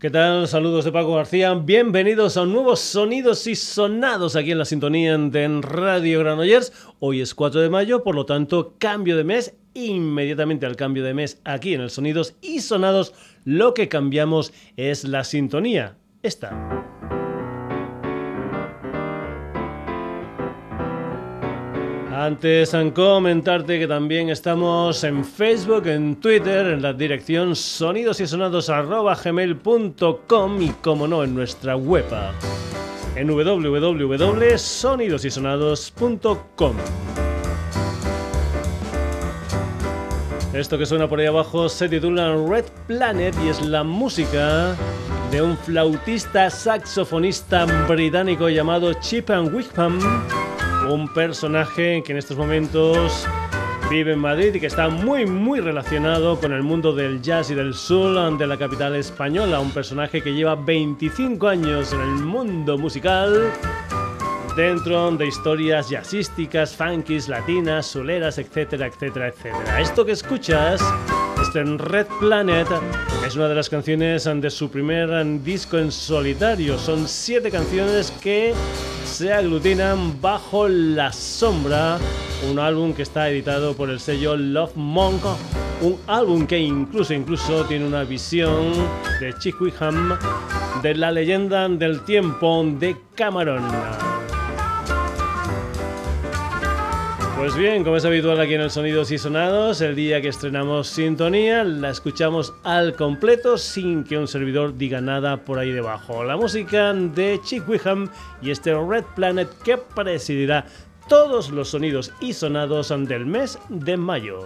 ¿Qué tal? Saludos de Paco García. Bienvenidos a un nuevo Sonidos y Sonados aquí en la sintonía de Radio Granollers. Hoy es 4 de mayo, por lo tanto, cambio de mes. Inmediatamente al cambio de mes aquí en el Sonidos y Sonados, lo que cambiamos es la sintonía. Esta. Antes en comentarte que también estamos en Facebook, en Twitter, en la dirección sonidosysonados@gmail.com y como no en nuestra web en www.sonidosysonados.com. Esto que suena por ahí abajo se titula Red Planet y es la música de un flautista saxofonista británico llamado Chip Wickham. Un personaje que en estos momentos vive en Madrid y que está muy relacionado con el mundo del jazz y del soul de la capital española. Un personaje que lleva 25 años en el mundo musical, dentro de historias jazzísticas, funkis, latinas, souleras, etcétera. Esto que escuchas, Red Planet, es una de las canciones de su primer disco en solitario. Son 7 canciones que se aglutinan bajo La Sombra, un álbum que está editado por el sello Love Monk, un álbum que incluso tiene una visión de Chick Wickham de la leyenda del tiempo de Cameron. Pues bien, como es habitual aquí en el Sonidos y Sonados, el día que estrenamos sintonía la escuchamos al completo sin que un servidor diga nada por ahí debajo. La música de Chick Wickham y este Red Planet que presidirá todos los Sonidos y Sonados del mes de mayo.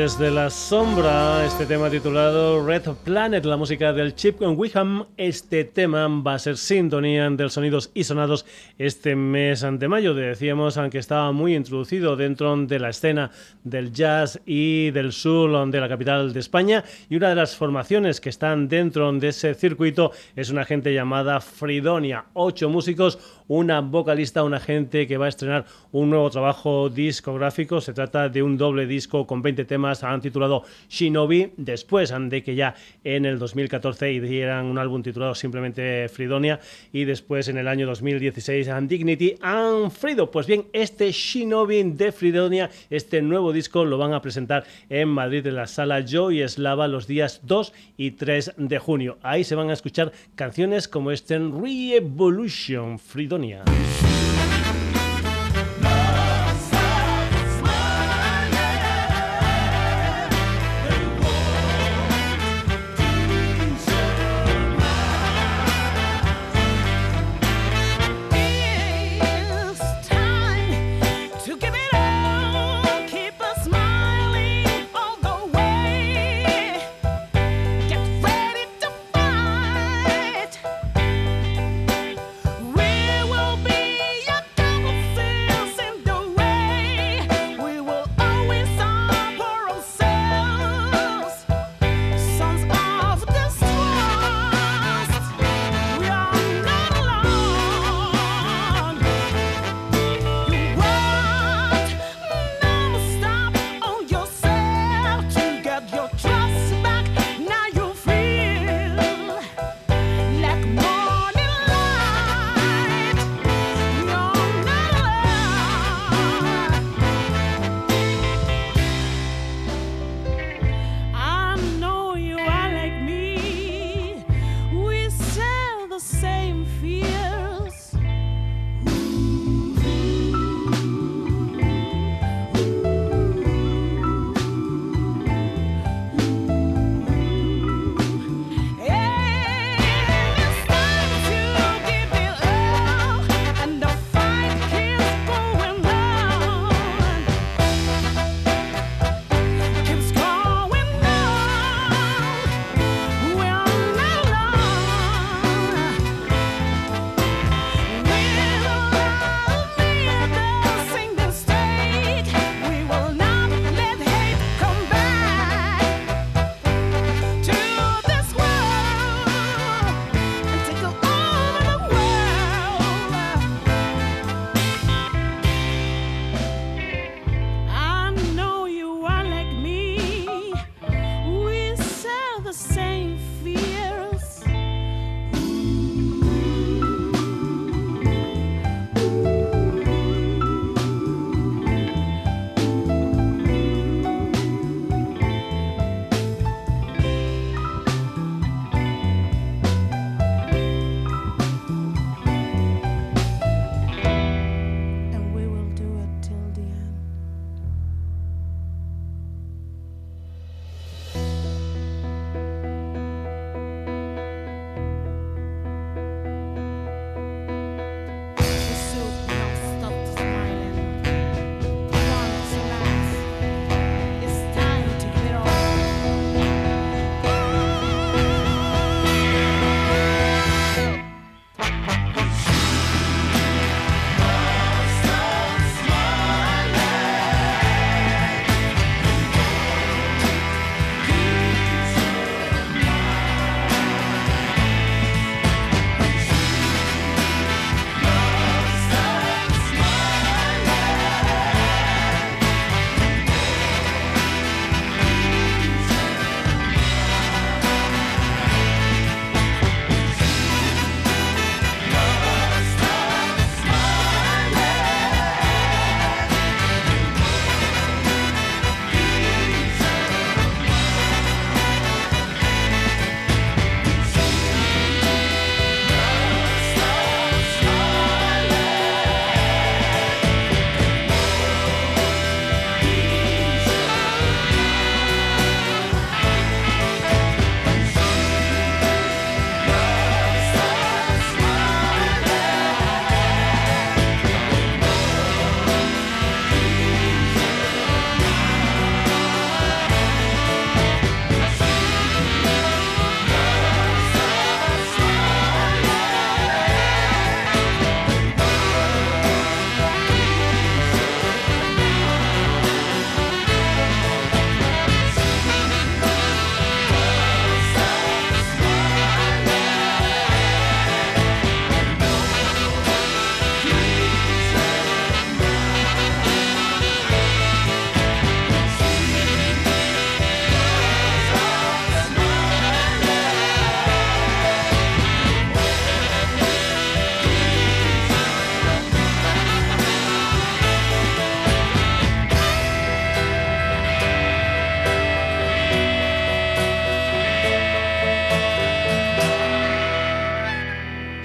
Desde la sombra, este tema titulado Red Planet, la música del Chip Wickham. Este tema va a ser sintonía del Sonidos y Sonados este mes de mayo. Decíamos que estaba muy introducido dentro de la escena del jazz y del soul de la capital de España, y una de las formaciones que están dentro de ese circuito es una gente llamada Fridonia. 8 músicos, una vocalista, una gente que va a estrenar un nuevo trabajo discográfico. Se trata de un doble disco con 20 temas, han titulado Shinobi, después de que ya en el 2014 hicieran un álbum titulado simplemente Fridonia, y después en el año 2016 Dignity and Freedom. Pues bien, este Shinobi de Fridonia, este nuevo disco, lo van a presentar en Madrid en la sala Joy Eslava los días 2 y 3 de junio. Ahí se van a escuchar canciones como este Re-Evolution, Fridonia. We will be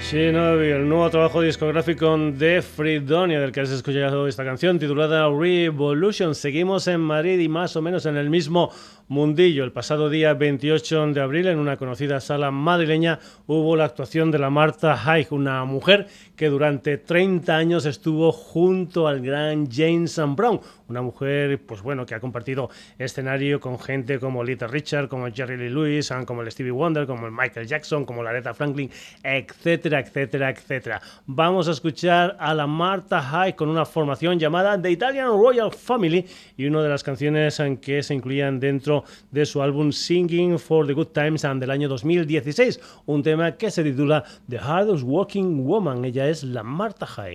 Shinobi, el nuevo trabajo discográfico de Freedonia, del que has escuchado esta canción titulada Revolution. Seguimos en Madrid y más o menos en el mismo mundillo. El pasado día 28 de abril, en una conocida sala madrileña, hubo la actuación de la Martha High, una mujer que durante 30 años estuvo junto al gran James Brown, una mujer pues bueno, que ha compartido escenario con gente como Little Richard, como Jerry Lee Lewis, como el Stevie Wonder, como el Michael Jackson, como la Aretha Franklin, etcétera, etcétera, etcétera. Vamos a escuchar a la Martha High con una formación llamada The Italian Royal Family y una de las canciones en que se incluían dentro de su álbum Singing for the Good Times del año 2016, un tema que se titula The Hardest Working Woman. Ella es la Martha High.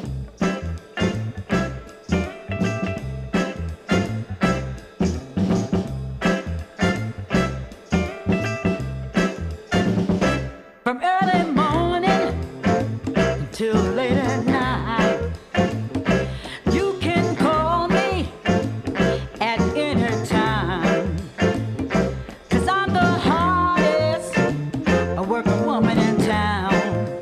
From early morning till late at night, you can call me at any time, 'cause I'm the hardest working woman in town.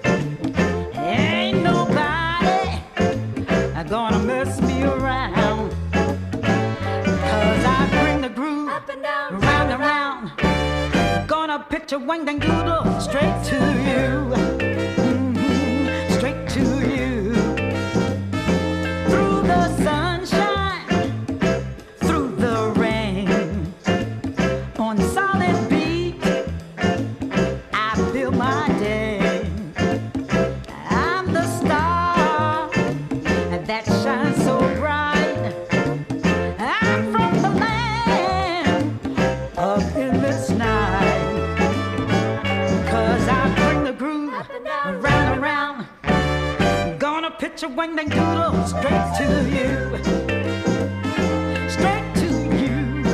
Ain't nobody gonna mess me around, 'cause I bring the groove up and down, round and round. Gonna pitch a wang dang doodle straight to you, straight to you. Through the sunshine, through the rain, on solid beat, I feel my day. I'm the star that shines so bright. I'm from the land of endless night, 'cause I bring the groove around and round. Gonna pitch a wang dang doodle straight to you, straight to you.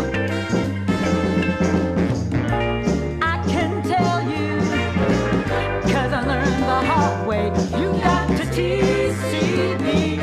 I can tell you, 'cause I learned the hard way. You got to TCB,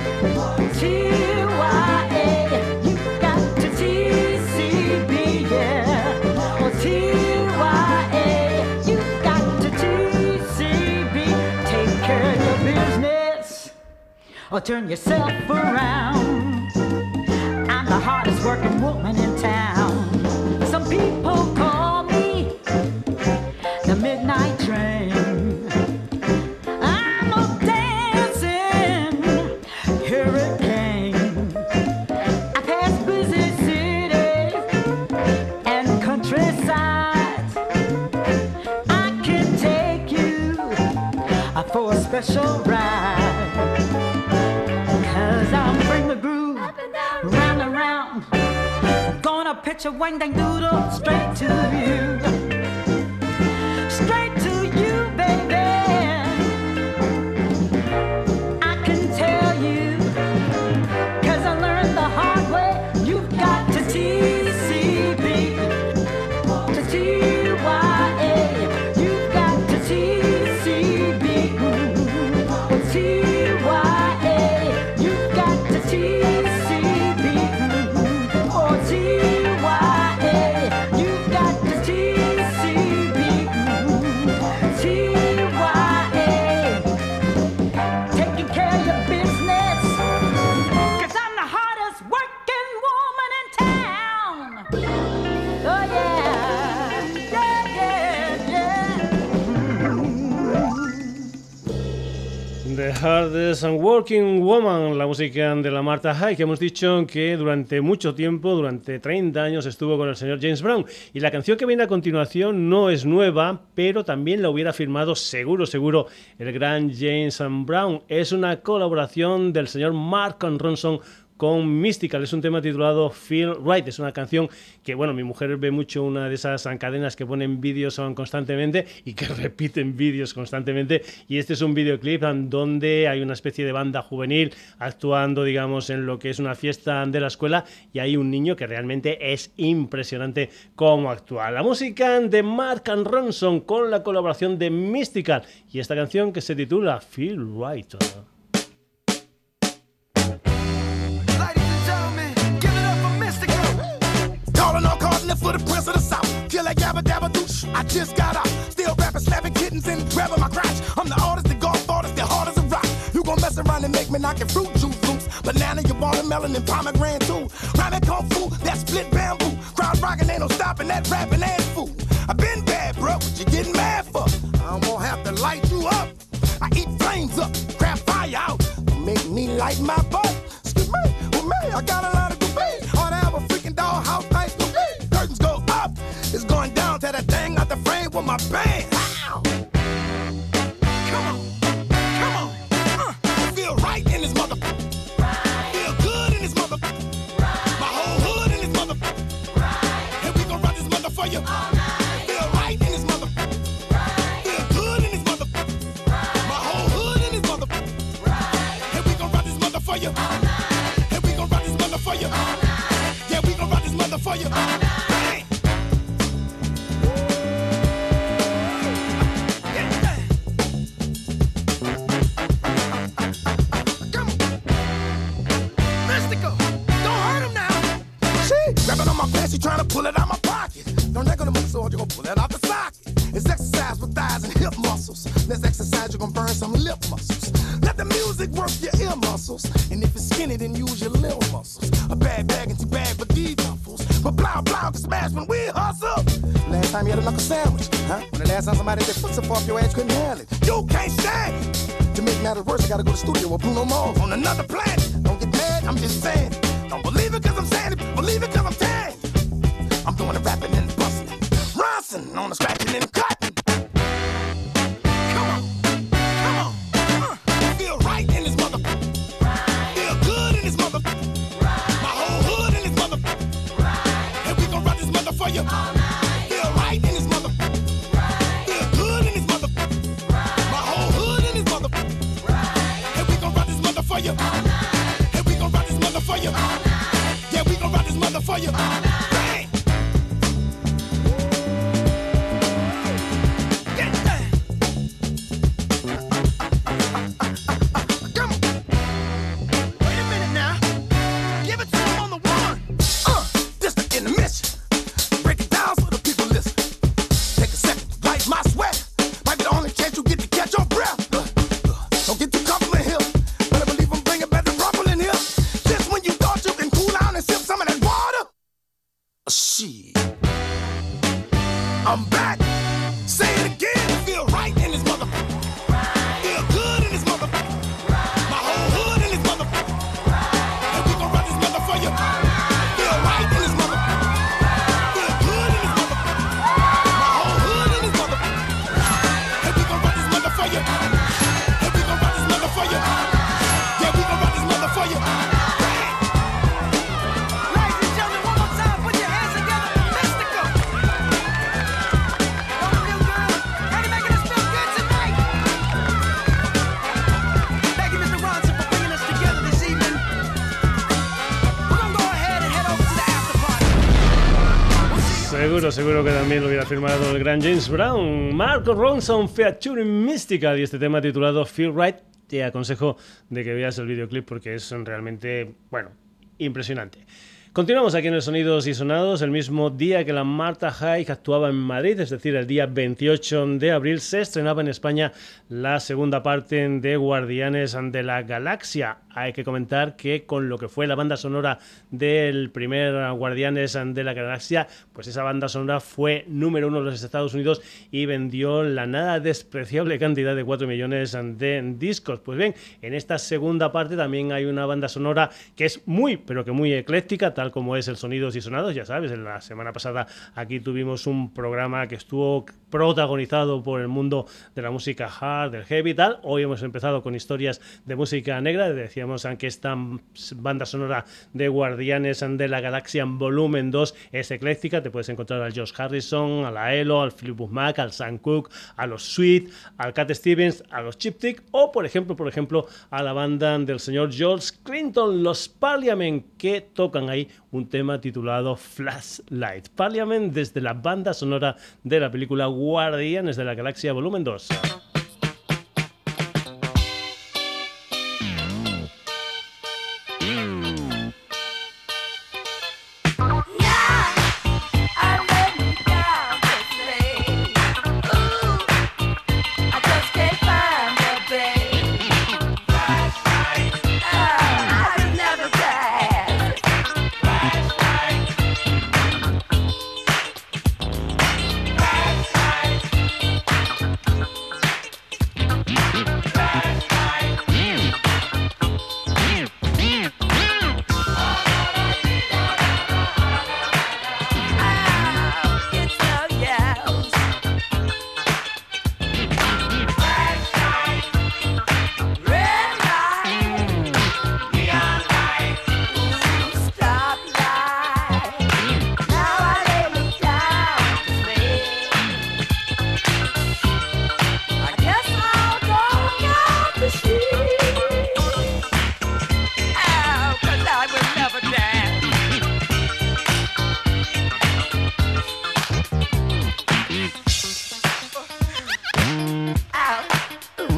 TYA. You got to TCB, yeah. Or TYA. You got to TCB. Take care of your business or turn yourself around. I'm the hardest working woman in town. Some people call me the midnight train. I'm a dancing hurricane. I pass busy cities and countrysides. I can take you for a special ride, 'cause I'll bring the groove round and round. Gonna pitch a wang dang doodle straight to you, straight to you, baby. I can tell you, 'cause I learned the hard way. You've got to TCB, to TYA. You've got to TCB, or TYA. You've got to TCB, or TYA. You've got to TCB, TYA. Taking care of your business, 'cause I'm the hardest working woman in town. Oh yeah, yeah, yeah, yeah. The Hardest Working Woman, la música de la Martha High, que hemos dicho que durante mucho tiempo, durante 30 años, estuvo con el señor James Brown. Y la canción que viene a continuación no es nueva, pero también la hubiera firmado seguro el gran James Brown. Es una colaboración del señor Mark Ronson con Mystical. Es un tema titulado Feel Right. Es una canción que, bueno, mi mujer ve mucho, una de esas cadenas que ponen vídeos constantemente y que repiten vídeos constantemente, y este es un videoclip donde hay una especie de banda juvenil actuando, digamos, en lo que es una fiesta de la escuela, y hay un niño que realmente es impresionante cómo actúa. La música de Mark Ronson con la colaboración de Mystical y esta canción que se titula Feel Right. For the prince of the south, feel like yabba dabba douche. I just got out, still rapping, slapping kittens and grabbing my crotch. I'm the lemon, I can fruit juice loops. Banana, your watermelon, and pomegranate too. Rhyming kung fu, that split bamboo. Crowd rockin', ain't no stopping that rapping ass fool. I been bad, bro, what you getting mad for? I'm gonna have to light you up. I eat flames up, crap fire out. Make me light my butt. Excuse me, with me, I got a lot of debate. Ought to have a freaking dollhouse nice to be. Curtains go up, it's going down to that thing out the frame with my band. Ow. Come on, come on. I feel right in this mother. Feel good in this mother. My whole hood in this mother. And we gon' run this mother for you. Feel right in this mother. Feel good in this mother. My whole hood in this mother. And we gon' run this mother for you. And we gon' run this mother for you. Yeah, we gon' run this mother for you. Bang. Come on. Mystical. Don't hurt him now. See? Grabbing on my pants, you trying to pull it out my pocket. Don't let go to my sword, you gon' pull it out the socket. It's exercise with thighs and hip muscles. Let's exercise, you gon' burn some lip muscles. Let the music work your ear muscles. And if it's skinny, then use your little muscles. A bag bag and bag for these duffels. But blah blah can smash when we hustle. Last time you had a knuckle sandwich, huh? When the last time somebody did foot up off your ass couldn't handle it. You can't stand it. To make matters worse, I gotta go to the studio with Bruno Mars on another planet. Don't get mad, I'm just saying it. Don't believe it cause I'm saying it, believe it cause I'm saying it. I'm doing the rapping and busting. Ronson on the scratching and cutting. Come on, come on. Feel right in this mother. Feel good in this mother. My whole hood in this mother. And we gon' run this mother for you. Feel right in this mother. Feel good in this mother. My whole hood in this mother. And we gon' run this mother for you. And we gon' run this mother for you. Yeah, we gon' run this mother for you. Bang. Get that. Come on. Wait a minute now. Give it to him on the one. This the intermission. Break it down so the people listen. Take a second, wipe my sweat. Might be the only chance you get to catch your breath. Don't get too comfortable in here. Better believe I'm bringing back the rumble in here. Just when you thought you can cool down and sip some of that water. Shit. I'm back. Say it again. Feel right in this mother. Feel good in this mother. My whole hood in this mother. And we gon' run this mother for you. Feel right in this mother. Feel good in this mother. My whole hood in this mother. And we gon' run this mother for you. And we gon' run this mother for you. Yeah, we gon' run this mother for you. Bang. Ladies and gentlemen, one more time, put your hands together. Mystical. Don't feel good. Are you making us feel good tonight? Thank you, Mr. Ronson, for bringing us together this evening. We're gonna go ahead and head over to the after party. We'll see you. Seguro que también lo hubiera firmado el gran James Brown. Mark Ronson featuring Mystical y este tema titulado Feel Right. Te aconsejo de que veas el videoclip porque es realmente, bueno, impresionante. Continuamos aquí en el Sonidos y Sonados. El mismo día que la Marta Haig actuaba en Madrid, es decir, el día 28 de abril, se estrenaba en España la segunda parte de Guardianes de la Galaxia. Hay que comentar que con lo que fue la banda sonora del primer Guardianes de la Galaxia, pues esa banda sonora fue número 1 en los Estados Unidos y vendió la nada despreciable cantidad de 4 millones de discos. Pues bien, en esta segunda parte también hay una banda sonora que es muy, pero que muy ecléctica, tal como es el Sonidos y Sonados. Ya sabes, en la semana pasada aquí tuvimos un programa que estuvo protagonizado por el mundo de la música hard, del heavy y tal. Hoy hemos empezado con historias de música negra. Decíamos que esta banda sonora de Guardianes de la Galaxia en volumen 2 es ecléctica. Te puedes encontrar al Josh Harrison, a la Elo, al Fleetwood Mac, al Sam Cooke, a los Sweet, al Cat Stevens, a los Cheap Trick o, por ejemplo, a la banda del señor George Clinton, los Parliament, que tocan ahí un tema titulado Flashlight. Parliament desde la banda sonora de la película Guardianes de la Galaxia volumen 2. I just can't find the babe. Flashlight.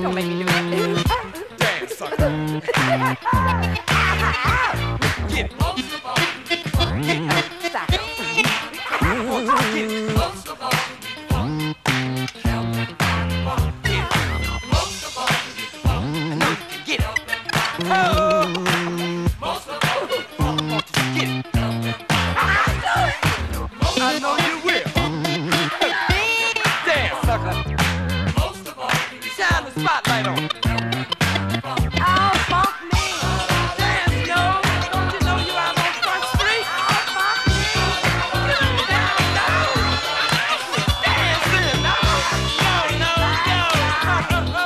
Don't make me do that. Damn, sucker. Get it. Stop it. I know you will. Damn, sucker. Shine the spotlight on. Oh, funk me. Damn, yo. Don't you know you out on Front Street? Oh, funk me. Down, down. Dancing. No, no, no.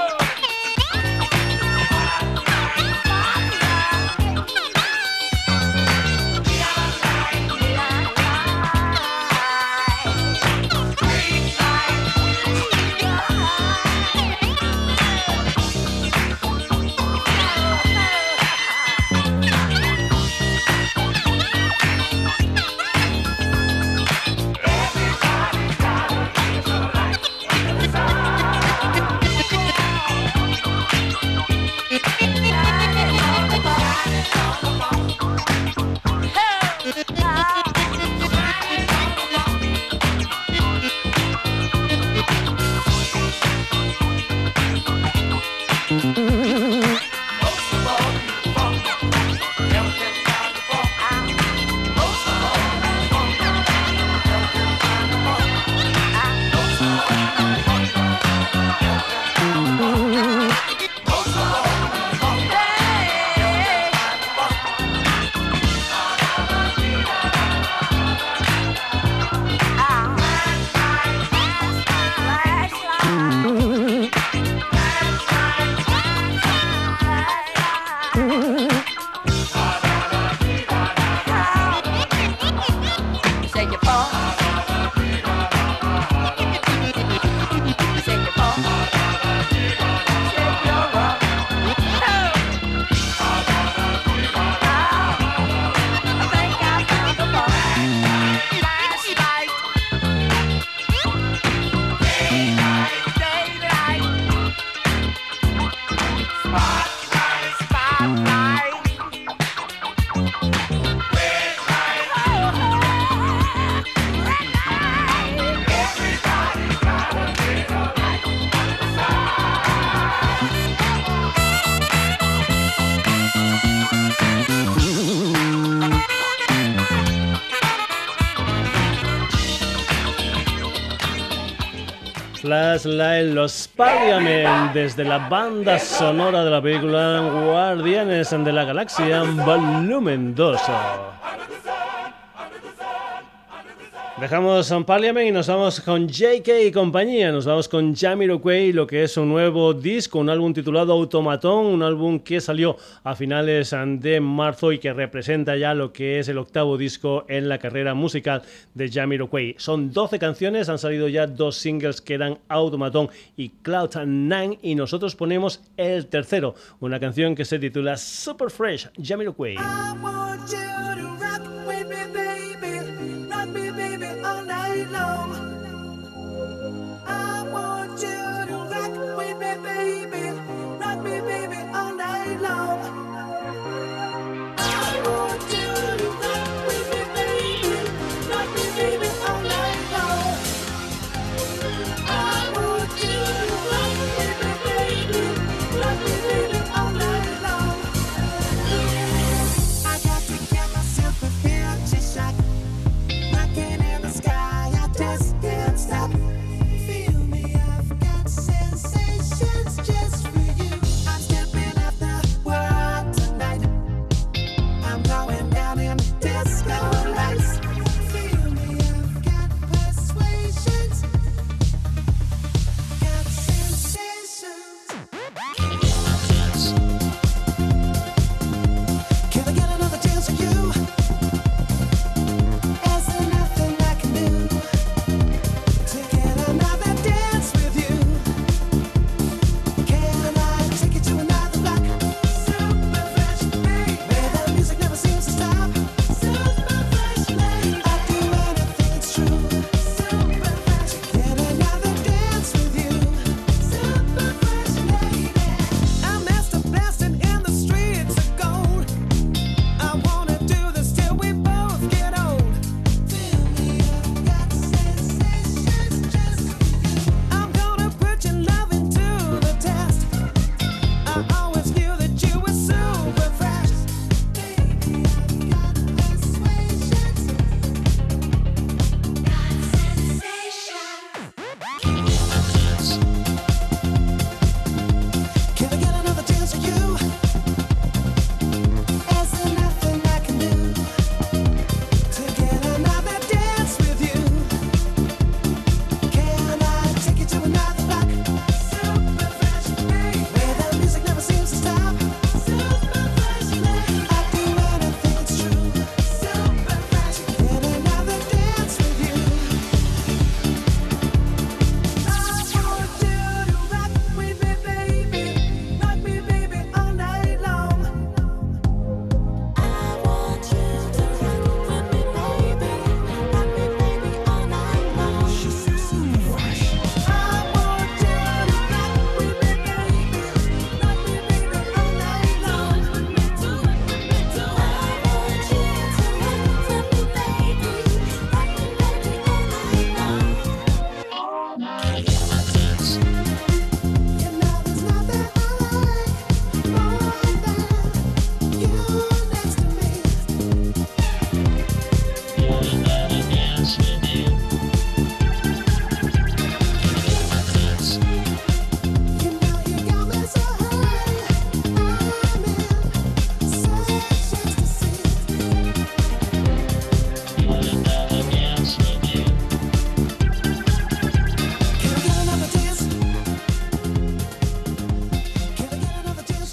Flashlight, los Parliament, desde la banda sonora de la película Guardianes de la Galaxia, volumen 2. Dejamos Parliament y nos vamos con JK y compañía. Nos vamos con Jamiroquai, lo que es un nuevo disco, un álbum titulado Automaton, un álbum que salió a finales de marzo y que representa ya lo que es el 8º disco en la carrera musical de Jamiroquai. Son 12 canciones, han salido ya 2 singles que eran Automaton y Cloud9 y nosotros ponemos el tercero, una canción que se titula Super Fresh, Jamiroquai. I got to get myself a fancy shine.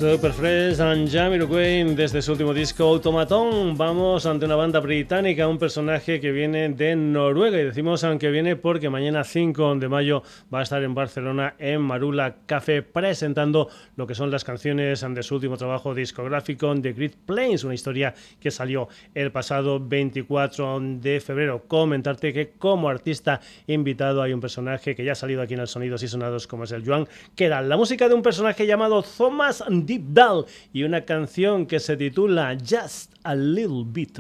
Super Fresh and Jamiroquai desde su último disco Automaton. Vamos ante una banda británica, un personaje que viene de Noruega, y decimos aunque viene porque mañana 5 de mayo va a estar en Barcelona en Marula Café presentando lo que son las canciones de su último trabajo discográfico, The Great Plains, una historia que salió el pasado 24 de febrero. Comentarte que como artista invitado hay un personaje que ya ha salido aquí en el Sonidos y Sonados, como es el Joan Queralt. La música de un personaje llamado Thomas Dybdahl y una canción que se titula Just a Little Bit.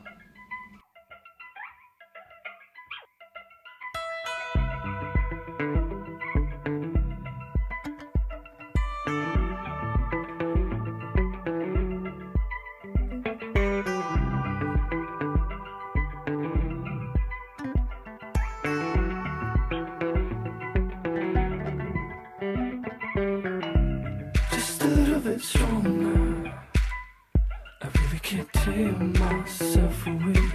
Stronger. I really can't tear myself away.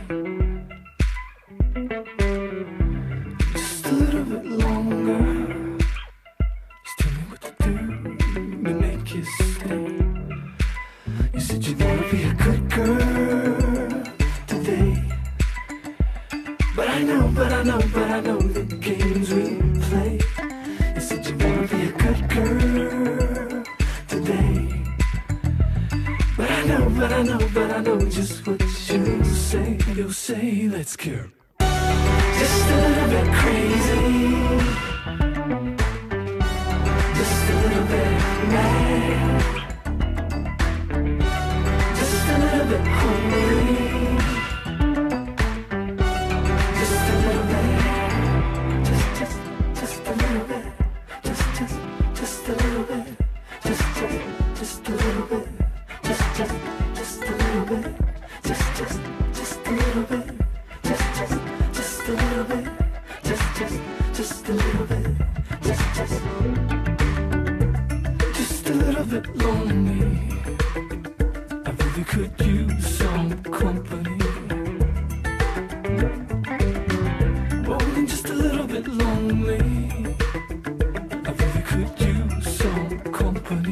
Just a little bit longer. Just tell me what to do to make you stay. You said you wanna be a good girl today. But I know the games we play. You said you wanna be a good girl today. But I know just what you'll say. You'll say, let's get just a little bit crazy, just a little bit mad, just a little bit hungry, just a little bit, just a little bit, just a little bit, just a little bit. Just a little bit, just a little bit, just a little bit, just a little bit, just a little bit, just a little bit lonely. I really could use some company. More than just a little bit lonely. I really could use some company.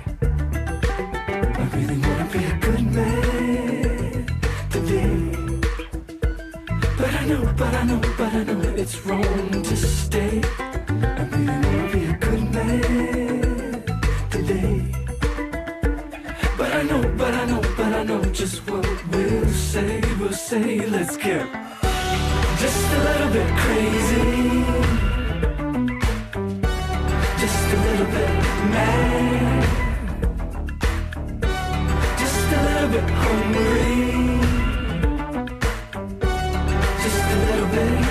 I really wanna be a good man today. But I know it's wrong to stay. I really wanna be a good man today. But I know just what we'll say. We'll say, let's get just a little bit crazy, just a little bit mad, just a little bit hungry, just a little bit,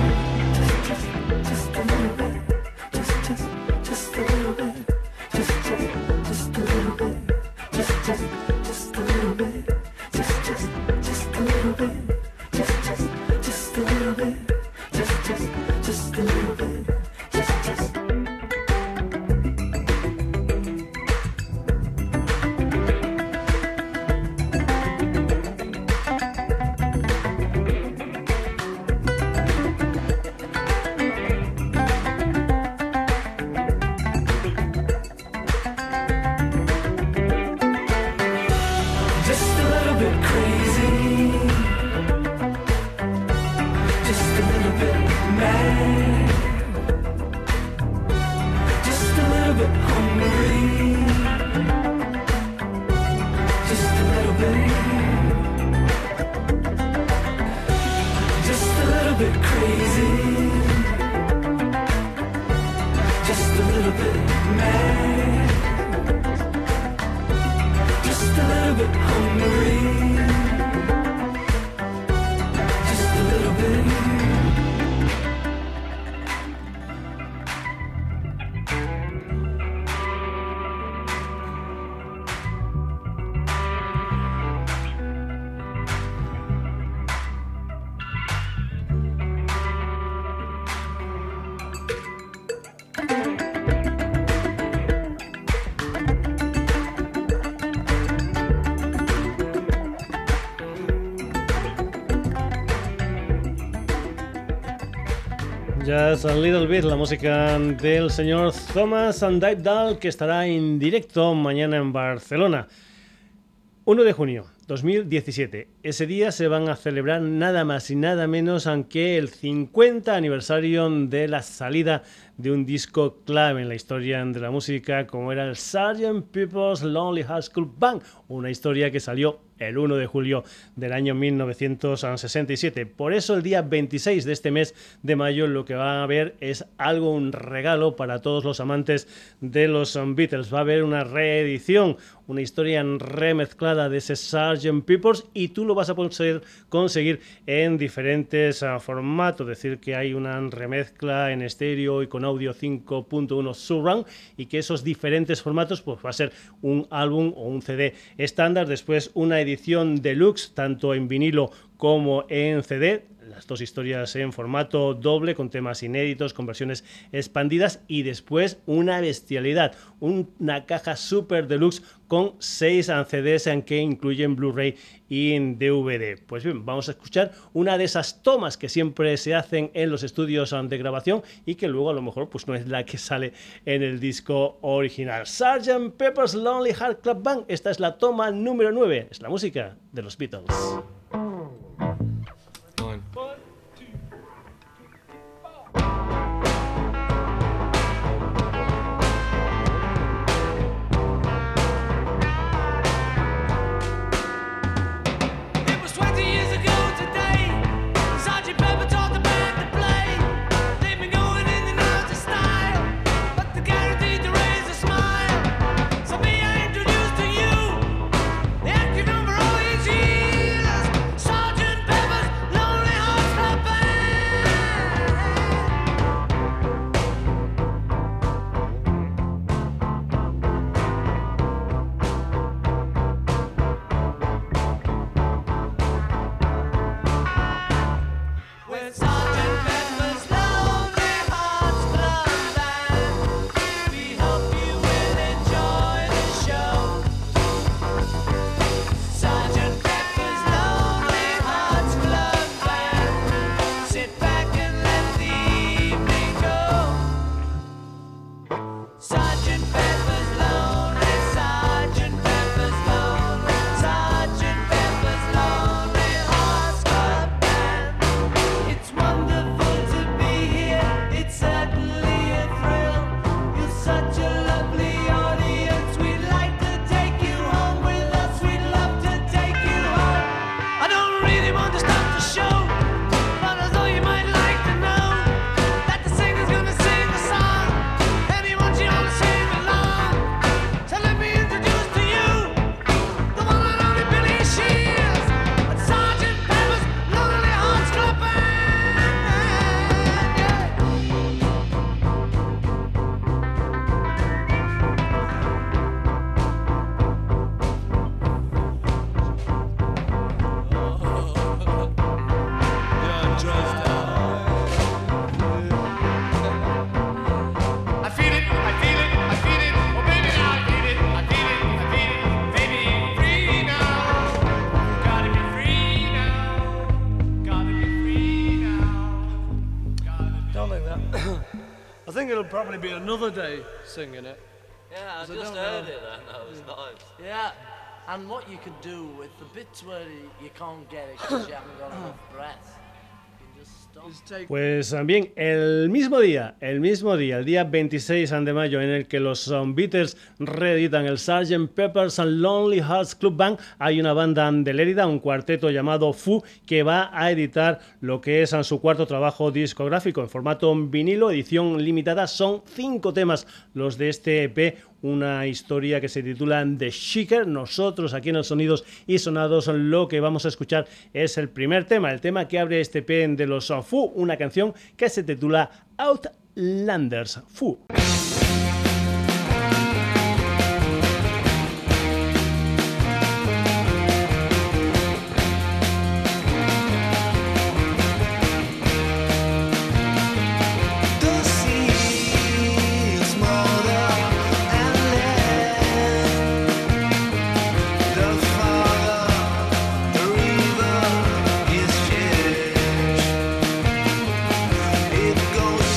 just a little bit, just a little bit, just a little bit, just a little bit, just a little bit, just a little bit, just a little bit, just a little bit. Just a Little Bit, la música del señor Thomas Dybdahl, que estará en directo mañana en Barcelona. 1 de junio 2017. Ese día se van a celebrar nada más y nada menos que el 50 aniversario de la salida de un disco clave en la historia de la música, como era el Sgt. Pepper's Lonely Hearts Club Band, una historia que salió el 1 de julio del año 1967. Por eso el día 26 de este mes de mayo lo que van a ver es algo, un regalo para todos los amantes de los Beatles. Va a haber una reedición, una historia remezclada de ese Sgt. Pepper's, y tú lo vas a poder conseguir en diferentes formatos. Es decir, que hay una remezcla en estéreo y con audio 5.1 surround, y que esos diferentes formatos pues va a ser un álbum o un CD estándar, después una edición deluxe tanto en vinilo como en CD, las dos historias en formato doble con temas inéditos, con versiones expandidas, y después una bestialidad, una caja super deluxe con 6 CDs en que incluyen Blu-ray y en DVD. Pues bien, vamos a escuchar una de esas tomas que siempre se hacen en los estudios de grabación y que luego a lo mejor pues no es la que sale en el disco original. Sgt. Pepper's Lonely Hearts Club Band, esta es la toma número 9, es la música de los Beatles. Probably be another day singing it. Yeah, I just heard it then. That was nice. Yeah, and what you can do with the bits where you can't get it because you haven't got enough breath. Pues también el mismo día, el día 26 de mayo, en el que los Beatles reeditan el Sgt. Pepper's Lonely Hearts Club Band, hay una banda de Lérida, un cuarteto llamado Foo, que va a editar lo que es su cuarto trabajo discográfico en formato vinilo, edición limitada. Son 5 temas los de este EP, una historia que se titula The Shaker. Nosotros aquí en el Sonidos y Sonados lo que vamos a escuchar es el primer tema, el tema que abre este EP de los Foo, una canción que se titula Outlanders. Foo. Goes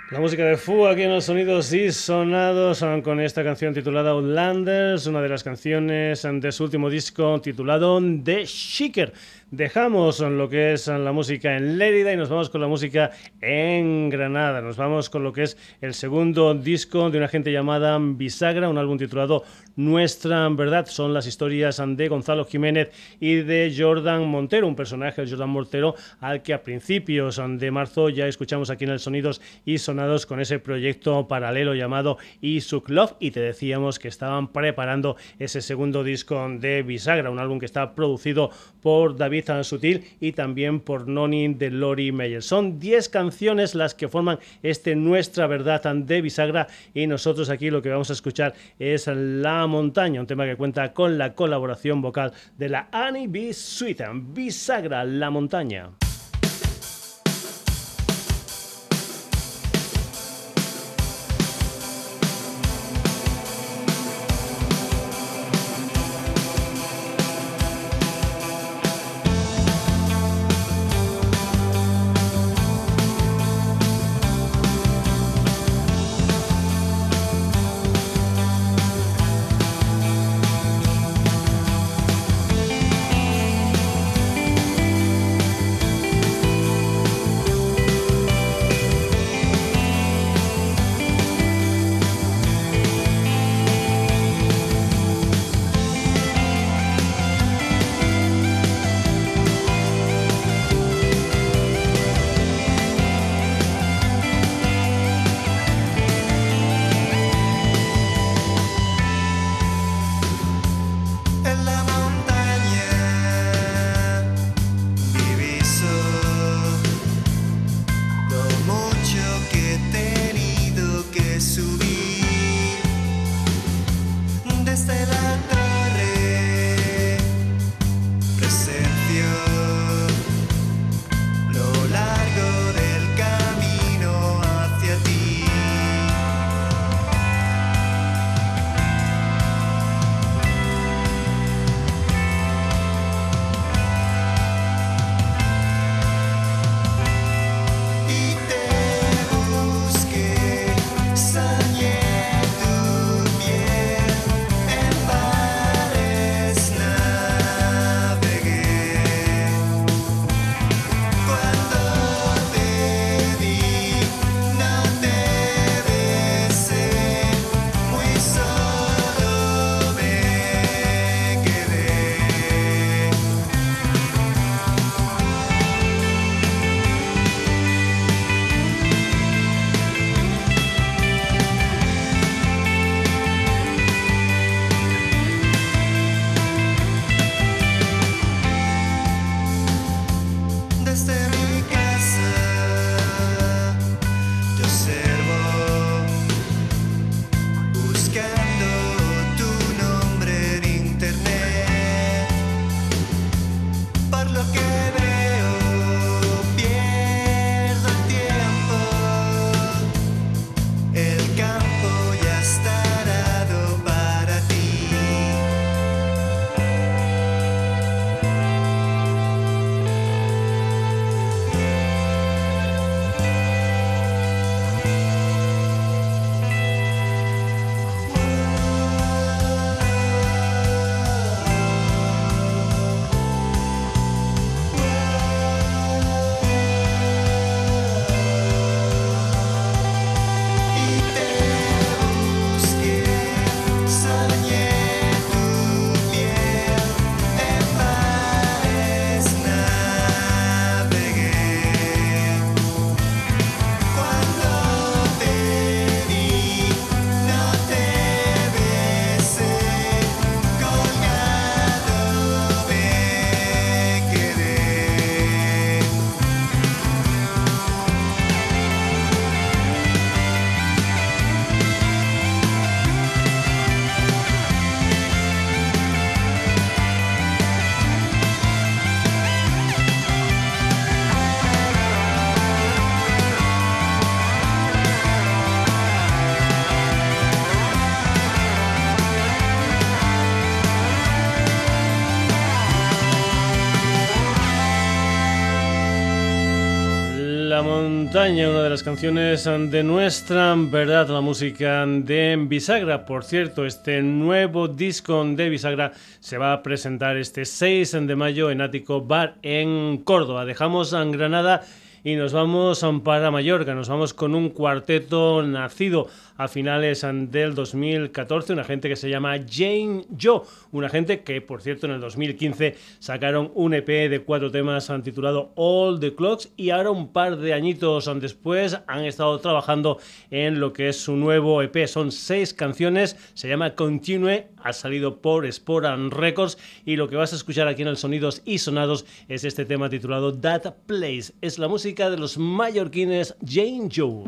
La música de Fu aquí en los Sonidos y Sonados con esta canción titulada Outlanders, una de las canciones de su último disco titulado The Shaker. Dejamos lo que es la música en Lérida y nos vamos con la música en Granada. Nos vamos con lo que es el segundo disco de una gente llamada Bisagra, un álbum titulado Nuestra Verdad. Son las historias de Gonzalo Jiménez y de Jordan Montero, un personaje, Jordan Montero, al que a principios de marzo ya escuchamos aquí en el Sonidos y Sonados con ese proyecto paralelo llamado Isuk Love, y te decíamos que estaban preparando ese segundo disco de Bisagra, un álbum que está producido por David Sutil y también por Noni de Lori Meyer. Son 10 canciones las que forman este Nuestra Verdad de Bisagra, y nosotros aquí lo que vamos a escuchar es La Montaña, un tema que cuenta con la colaboración vocal de la Annie B. Sweet. Bisagra, La Montaña. la montaña, una de las canciones de nuestra verdad, la música de Bisagra. Por cierto, este nuevo disco de Bisagra se va a presentar este 6 de mayo en Ático Bar en Córdoba. Dejamos en Granada y nos vamos para Mallorca. Nos vamos con un cuarteto nacido a finales del 2014, una gente que se llama Jane Joe, una gente que, por cierto, en el 2015 sacaron un EP de 4 temas titulado All the Clocks, y ahora, un par de añitos después, han estado trabajando en lo que es su nuevo EP. Son 6 canciones, se llama Continue, ha salido por Spora Records, y lo que vas a escuchar aquí en el Sonidos y Sonados es este tema titulado That Place. Es la música de los mallorquines Jane Joe.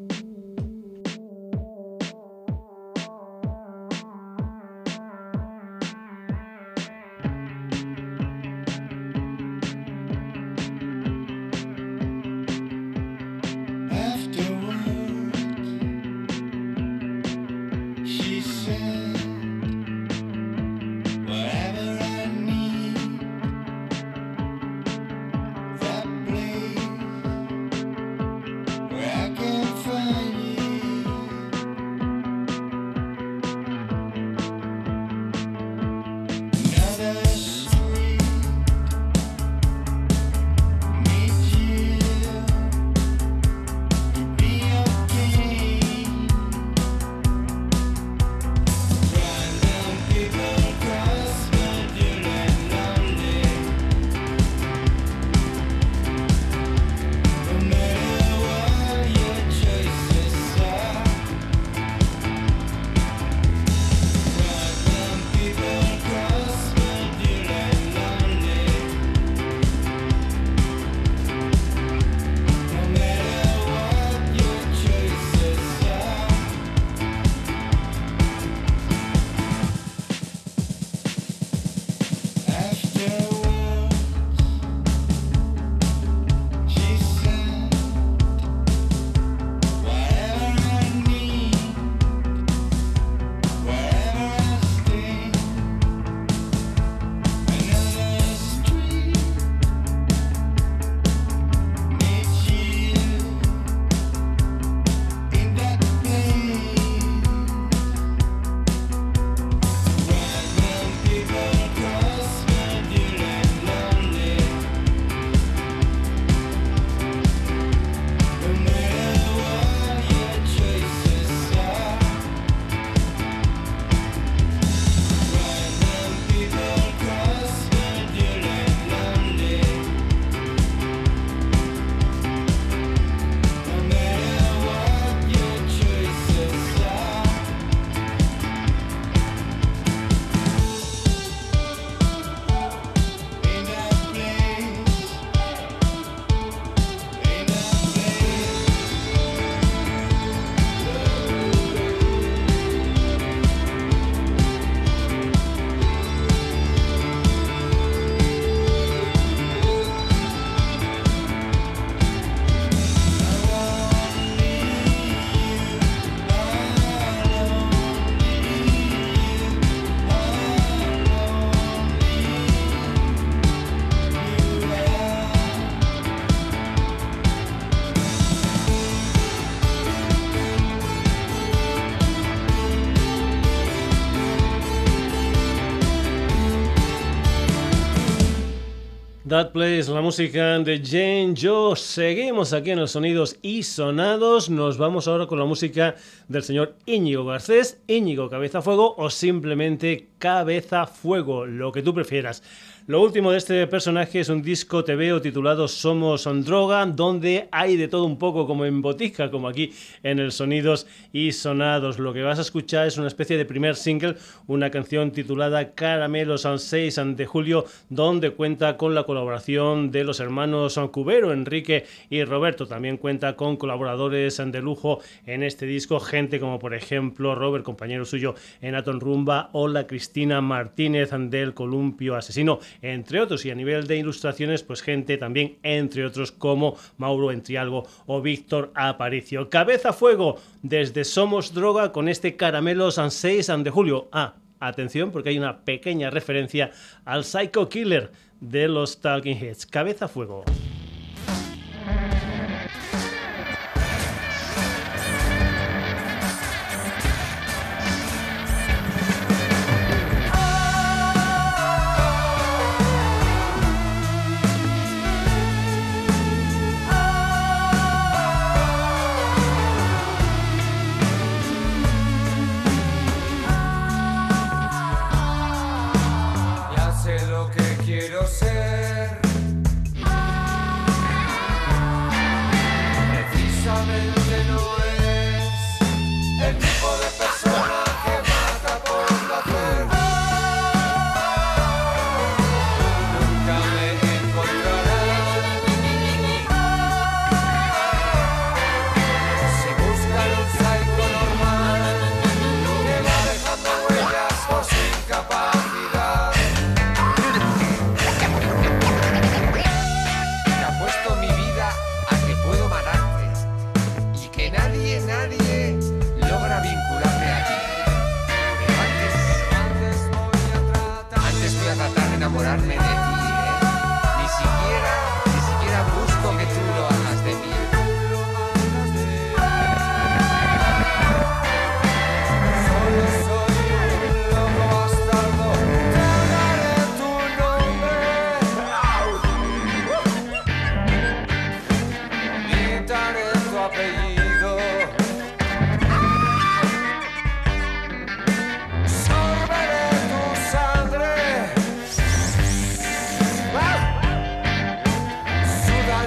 That Place, la música de Jane Joe. Seguimos aquí en los Sonidos y Sonados. Nos vamos ahora con la música del señor Íñigo Garcés, Íñigo Cabeza Fuego o simplemente Cabeza Fuego, lo que tú prefieras. Lo último de este personaje es un disco TVO titulado Somos Droga, donde hay de todo un poco, como en botica, como aquí en el Sonidos y Sonados. Lo que vas a escuchar es una especie de primer single, una canción titulada Caramelos 6 de Julio, donde cuenta con la colaboración de los hermanos Cubero, Enrique y Roberto. También cuenta con colaboradores de lujo en este disco, gente como por ejemplo Robert, compañero suyo en Atom Rumba, o la Cristina Martínez del Columpio Asesino, entre otros. Y a nivel de ilustraciones, pues gente también, entre otros, como Mauro Entrialgo o Víctor Aparicio. Cabeza Fuego desde Somos Droga con este Caramelos 6 de Julio. Atención, porque hay una pequeña referencia al Psycho Killer de los Talking Heads. Cabeza Fuego.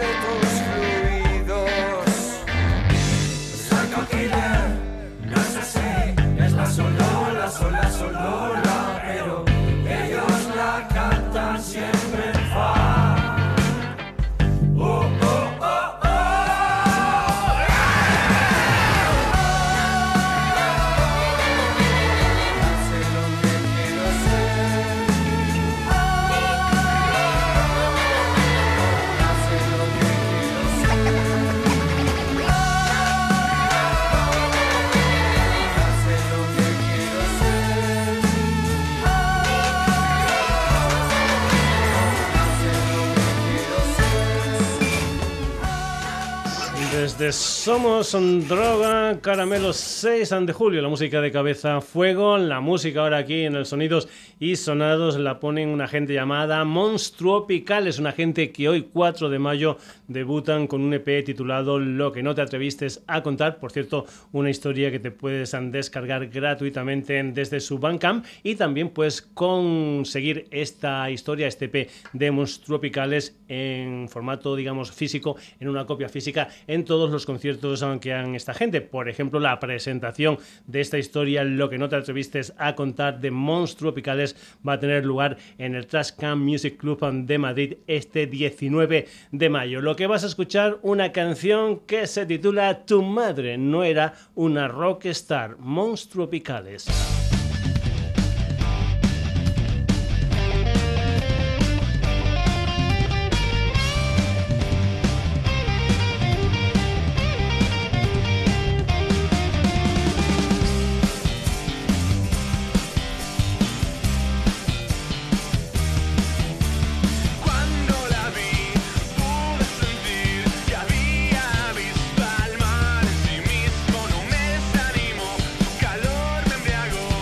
tus fluidos. Psycho killer, no es así, es la solola, pero ellos la cantan siempre en fa. Oh, oh, oh, oh. Sé lo que quiero ser. Sé lo que quiero ser. Sé lo que quiero ser. Desde Somos Droga, Caramelo 6 de julio, la música de Cabeza Fuego, la música ahora aquí en el Sonidos y Sonados la ponen una gente llamada Monstruopicales, una gente que hoy 4 de mayo debutan con un EP titulado Lo que no te atreviste a contar, por cierto, una historia que te puedes descargar gratuitamente desde su Bandcamp y también puedes conseguir esta historia, este EP de Monstruopicales en formato, digamos, físico, en una copia física en todos los conciertos que hagan esta gente. Por ejemplo, la presentación de esta historia, Lo que no te atreviste a contar, de Monstruopicales, va a tener lugar en el Trashcan Music Club de Madrid este 19 de mayo. Lo que vas a escuchar, una canción que se titula Tu madre no era una rockstar, Monstruopicales. Calor me embriagó.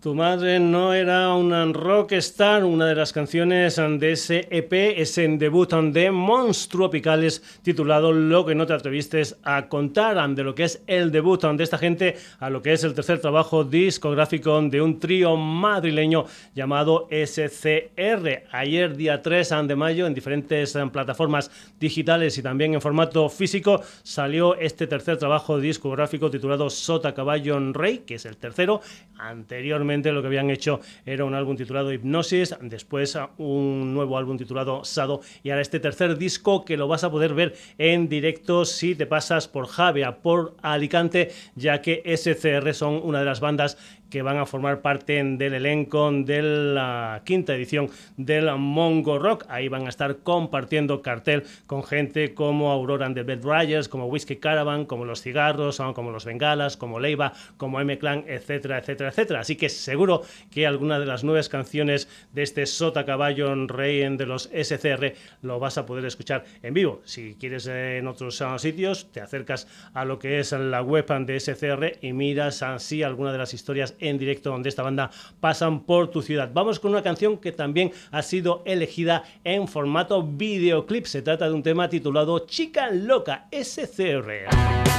Tu madre no era una rockstar, una de las canciones de ese EP, ese debut de Monstruopicales titulado Lo que no te atreviste a contar, de lo que es el debut de esta gente a lo que es el tercer trabajo discográfico de un trío madrileño llamado SCR. Ayer, día 3 de mayo, en diferentes plataformas digitales y también en formato físico, salió este tercer trabajo discográfico titulado Sota Caballo Rey, que es el tercero. Anteriormente lo que habían hecho era un álbum titulado Hipnosis, después un nuevo álbum titulado Sado y ahora este tercer disco que lo vas a poder ver en directo si te pasas por Javea, por Alicante, ya que SCR son una de las bandas que van a formar parte del elenco de la quinta edición del Mongo Rock. Ahí van a estar compartiendo cartel con gente como Aurora and the Bed Riders, como Whiskey Caravan, como Los Cigarros, como Los Bengalas, como Leiva, como M-Clan, etcétera, etcétera, etcétera. Así que seguro que alguna de las nuevas canciones de este Sota Caballo Rey de los SCR lo vas a poder escuchar en vivo. Si quieres en otros sitios, te acercas a lo que es la web de SCR y miras así alguna de las historias en directo donde esta banda pasan por tu ciudad. Vamos con una canción que también ha sido elegida en formato videoclip. Se trata de un tema titulado Chica Loca, SCR.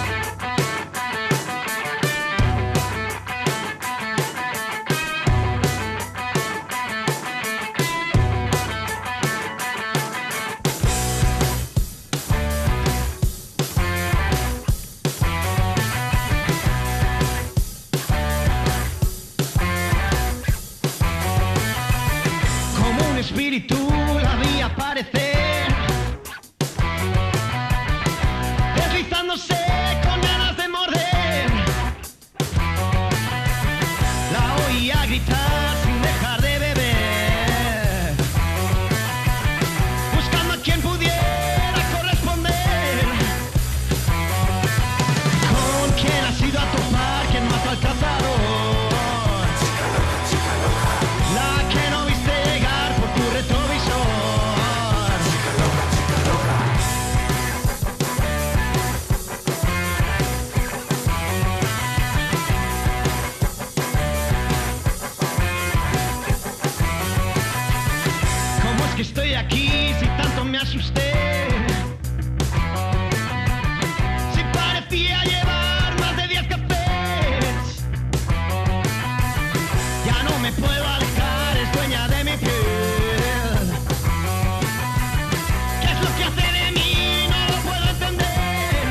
Espíritu la vi aparecer, deslizándose con ganas de morder. La oía gritar sin dejar de beber, buscando a quien pudiera corresponder. Con quien has ido a topar, quien mató al cazador. Que estoy aquí si tanto me asusté, si parecía llevar más de 10 cafés. Ya no me puedo alejar, es dueña de mi piel. ¿Qué es lo que hace de mí? No lo puedo entender.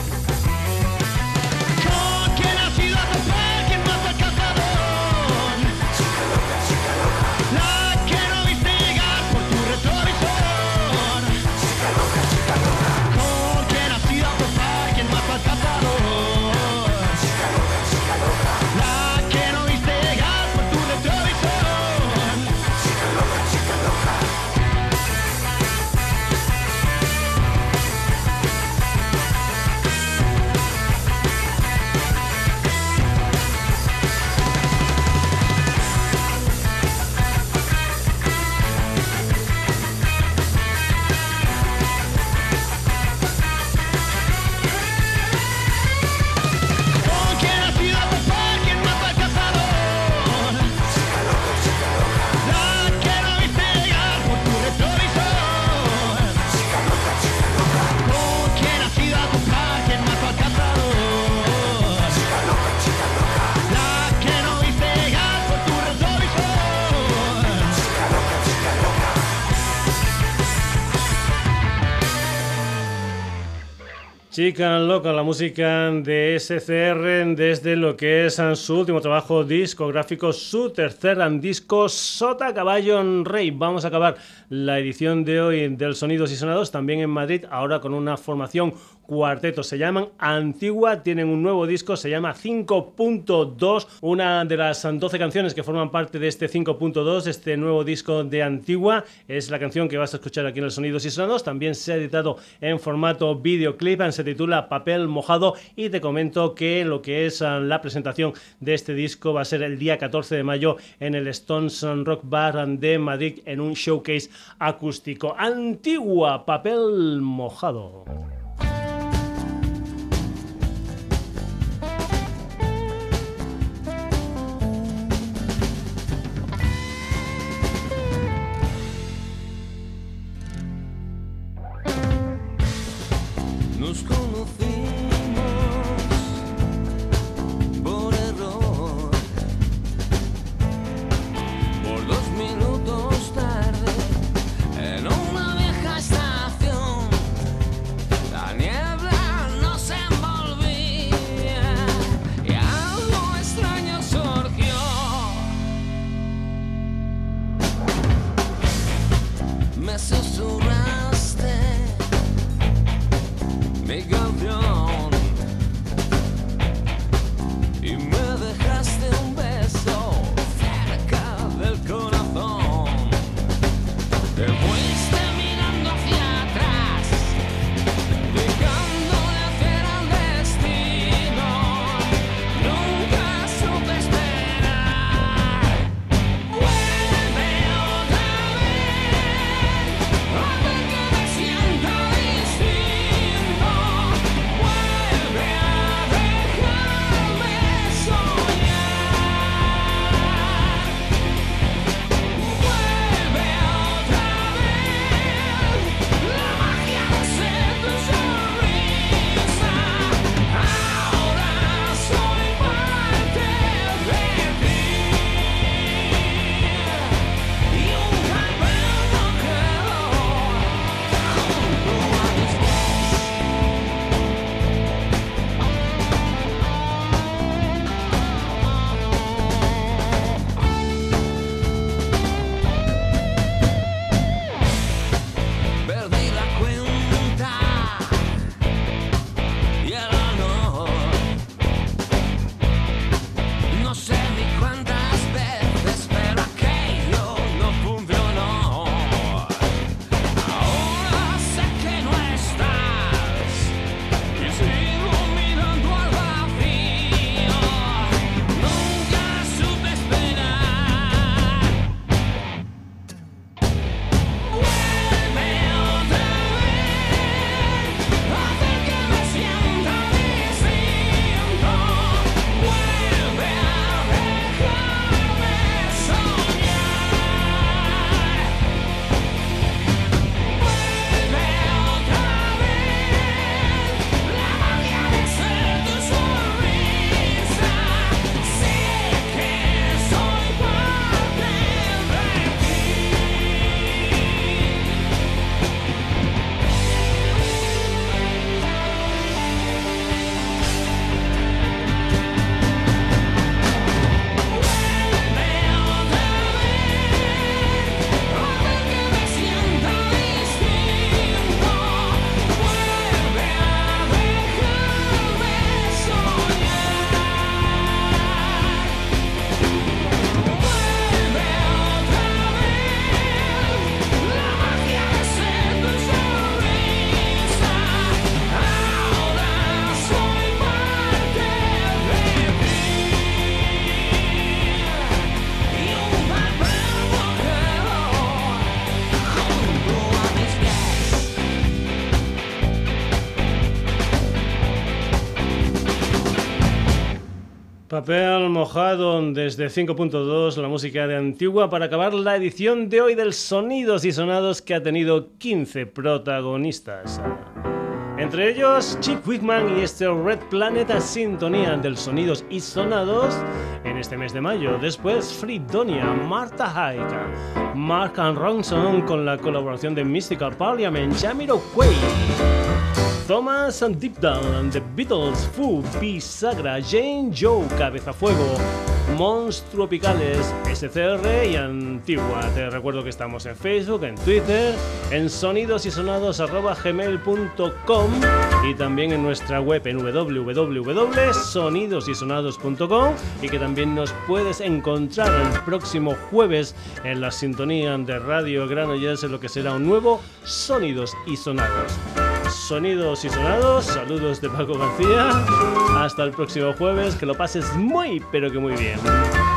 ¿Con quién has ido a topar? ¿Quién mató al cazador? Chica loca, la que no viste llegar por tu retrovisor. Chica loca, ¿con quién has ido a topar? ¿Quién mató al cazador? Chica loca, la que no viste llegar por tu retrovisor. Chica loca, chica loca. ¿Con quién has ido a topar? ¿Quién mató al cazador? Chica loca, la que no viste llegar por tu retrovisor. Chica loca, ¿con quién has ido a topar? ¿Quién mató al cazador? Chica loca, la que no viste llegar por tu retrovisor. Chica loca. Chica Loca, la música de SCR desde lo que es su último trabajo discográfico, su tercer disco, Sota Caballo Rey. Vamos a acabar la edición de hoy del Sonidos y Sonados también en Madrid, ahora con una formación cuarteto. Se llaman Antigua, tienen un nuevo disco, se llama 5.2. Una de las 12 canciones que forman parte de este 5.2, este nuevo disco de Antigua, es la canción que vas a escuchar aquí en el Sonidos y Sonados. También se ha editado en formato videoclip, se titula Papel Mojado, y te comento que lo que es la presentación de este disco va a ser el día 14 de mayo en el Stones Rock Bar de Madrid en un showcase acústico. Antigua, Papel Mojado. Nos conocimos por error, por 2 minutos tarde, en una vieja estación. La niebla nos envolvía y algo extraño surgió. Me susurraste mi canción y me dejaste un beso cerca del corazón. Te fuiste mirando hacia atrás, dejándole hacer al destino. Nunca supe esperar. Vuelve otra vez, haz que me sienta distinto. Vuelve a dejarme soñar. Vuelve otra vez, la magia de ser tu sonrisa. Ahora soy parte de ti y un papel mojado junto a mis pies. Perdí la cuenta y el honor. No sé ni cuántas veces, pero aquello no funcionó. Ahora sé que no estás y sigo mirando al vacío. Nunca supe esperar. Vuelve otra vez, haz que me sienta distinto. Vuelve a dejarme soñar. Vuelve otra vez, la magia de ser tu sonrisa. Sé que soy parte de ti. Vuelve otra vez, haz que me sienta distinto. Vuelve a dejarme soñar. Vuelve otra vez, la magia de ser tu sonrisa. Ahora soy parte de ti y un papel mojado junto a mis pies. Papel mojado desde 5.2, la música de Antigua, para acabar la edición de hoy del Sonidos y Sonados, que ha tenido 15 protagonistas. Entre ellos, Chick Wickman y este Red Planet, a sintonía del Sonidos y Sonados en este mes de mayo. Después, Fredonia, Martha Hike, Mark and Ronson con la colaboración de Mystical Parliament, Jamiroquai, Thomas and Deep Down, The Beatles, Foo, Bisagra, Jane Joe, Cabeza Fuego, Mons Tropicales, SCR y Antigua. Te recuerdo que estamos en Facebook, en Twitter, en sonidosysonados@gmail.com y también en nuestra web en www.sonidosysonados.com, y que también nos puedes encontrar el próximo jueves en la sintonía de Radio Granollers en lo que será un nuevo Sonidos y Sonados. Sonidos y Sonados, saludos de Paco García. Hasta el próximo jueves, que lo pases muy, pero que muy bien.